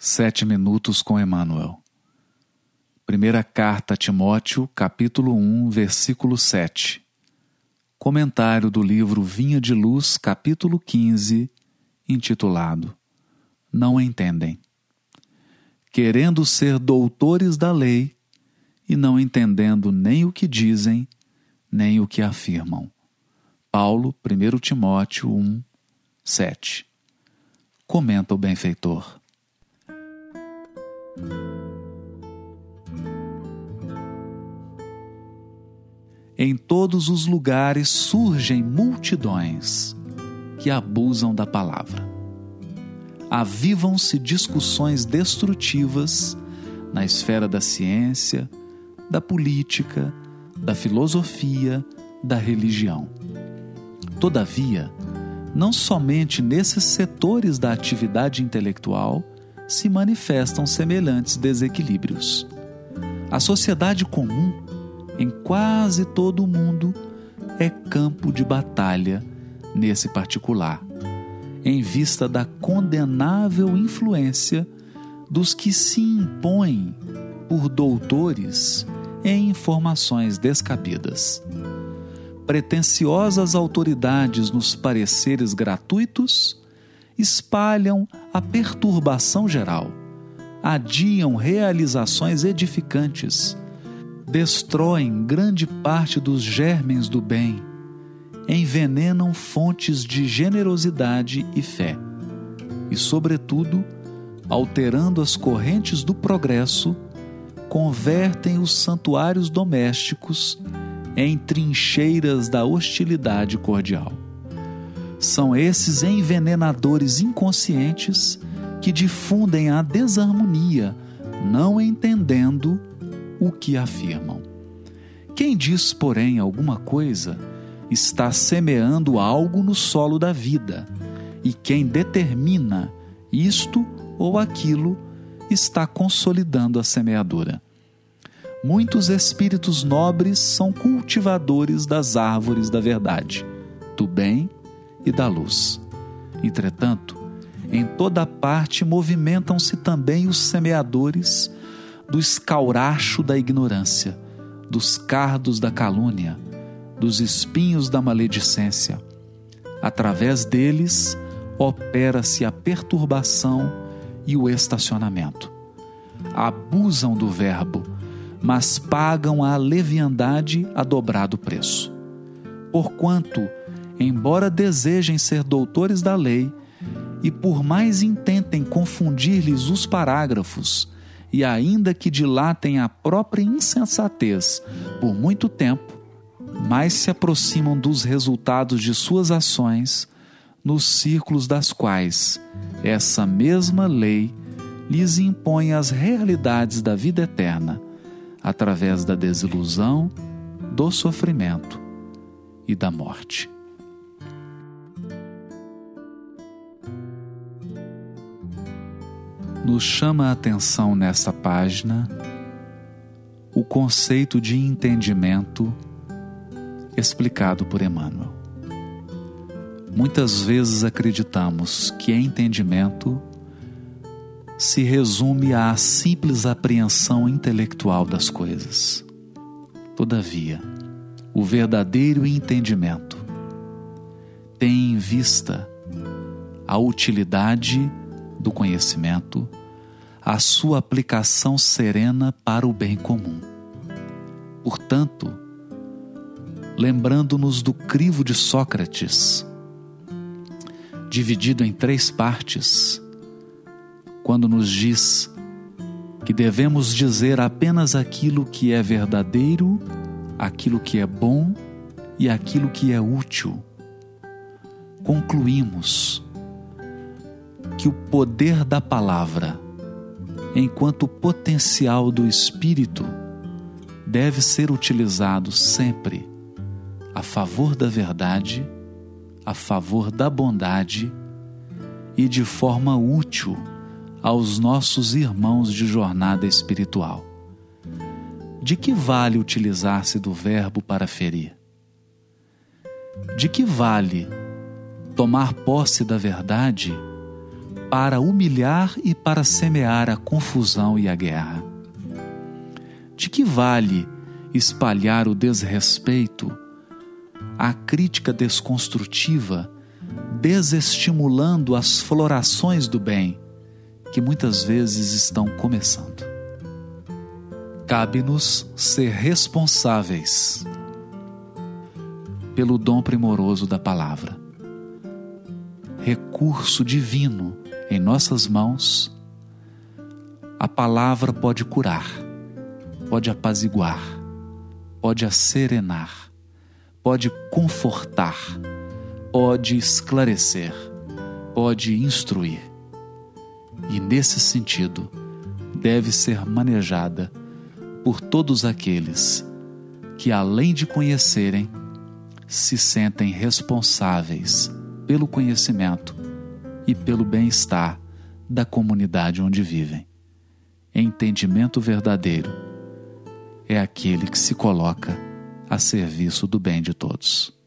7 minutos com Emmanuel. Primeira carta a Timóteo, capítulo 1, versículo 7. Comentário do livro Vinha de Luz, capítulo 15, intitulado Não Entendem. Querendo ser doutores da lei e não entendendo nem o que dizem, nem o que afirmam. Paulo, 1 Timóteo 1, 7. Comenta o benfeitor. Em todos os lugares surgem multidões que abusam da palavra. Avivam-se discussões destrutivas na esfera da ciência, da política, da filosofia, da religião. Todavia, não somente nesses setores da atividade intelectual se manifestam semelhantes desequilíbrios. A sociedade comum, em quase todo o mundo, é campo de batalha nesse particular, em vista da condenável influência dos que se impõem por doutores em informações descabidas. Pretensiosas autoridades nos pareceres gratuitos espalham a perturbação geral, adiam realizações edificantes, destroem grande parte dos germens do bem, envenenam fontes de generosidade e fé, e, sobretudo, alterando as correntes do progresso, convertem os santuários domésticos em trincheiras da hostilidade cordial. São esses envenenadores inconscientes que difundem a desarmonia, não entendendo o que afirmam. Quem diz, porém, alguma coisa, está semeando algo no solo da vida, e quem determina isto ou aquilo está consolidando a semeadura. Muitos espíritos nobres são cultivadores das árvores da verdade, do bem e da luz. Entretanto, em toda parte movimentam-se também os semeadores do escauracho da ignorância, dos cardos da calúnia, dos espinhos da maledicência. Através deles opera-se a perturbação e o estacionamento. Abusam do verbo, mas pagam a leviandade a dobrado preço. Porquanto, embora desejem ser doutores da lei, e por mais intentem confundir-lhes os parágrafos, e ainda que dilatem a própria insensatez por muito tempo, mais se aproximam dos resultados de suas ações, nos círculos das quais essa mesma lei lhes impõe as realidades da vida eterna, através da desilusão, do sofrimento e da morte. Nos chama a atenção nesta página o conceito de entendimento explicado por Emmanuel. Muitas vezes acreditamos que entendimento se resume à simples apreensão intelectual das coisas. Todavia, o verdadeiro entendimento tem em vista a utilidade do conhecimento, a sua aplicação serena para o bem comum. Portanto, lembrando-nos do crivo de Sócrates, dividido em 3 partes, quando nos diz que devemos dizer apenas aquilo que é verdadeiro, aquilo que é bom e aquilo que é útil, concluímos que o poder da palavra, enquanto potencial do espírito, deve ser utilizado sempre a favor da verdade, a favor da bondade e de forma útil aos nossos irmãos de jornada espiritual. De que vale utilizar-se do verbo para ferir? De que vale tomar posse da verdade para humilhar e para semear a confusão e a guerra. De que vale espalhar o desrespeito, a crítica desconstrutiva, desestimulando as florações do bem que muitas vezes estão começando? Cabe-nos ser responsáveis pelo dom primoroso da palavra, recurso divino em nossas mãos. A palavra pode curar, pode apaziguar, pode acerenar, pode confortar, pode esclarecer, pode instruir. E nesse sentido, deve ser manejada por todos aqueles que, além de conhecerem, se sentem responsáveis pelo conhecimento e pelo bem-estar da comunidade onde vivem. Entendimento verdadeiro é aquele que se coloca a serviço do bem de todos.